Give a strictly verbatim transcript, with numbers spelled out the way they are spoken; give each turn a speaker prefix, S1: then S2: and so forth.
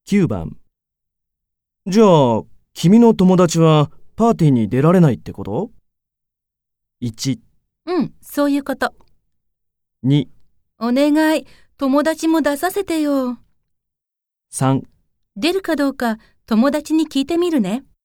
S1: きゅうばん。じゃあ、君の友達はパーティーに出られないってこと？いち、
S2: うん、そういうこと。
S1: に、
S2: お願い、友達も出させてよ。
S1: さん。
S2: 出るかどうか友達に聞いてみるね。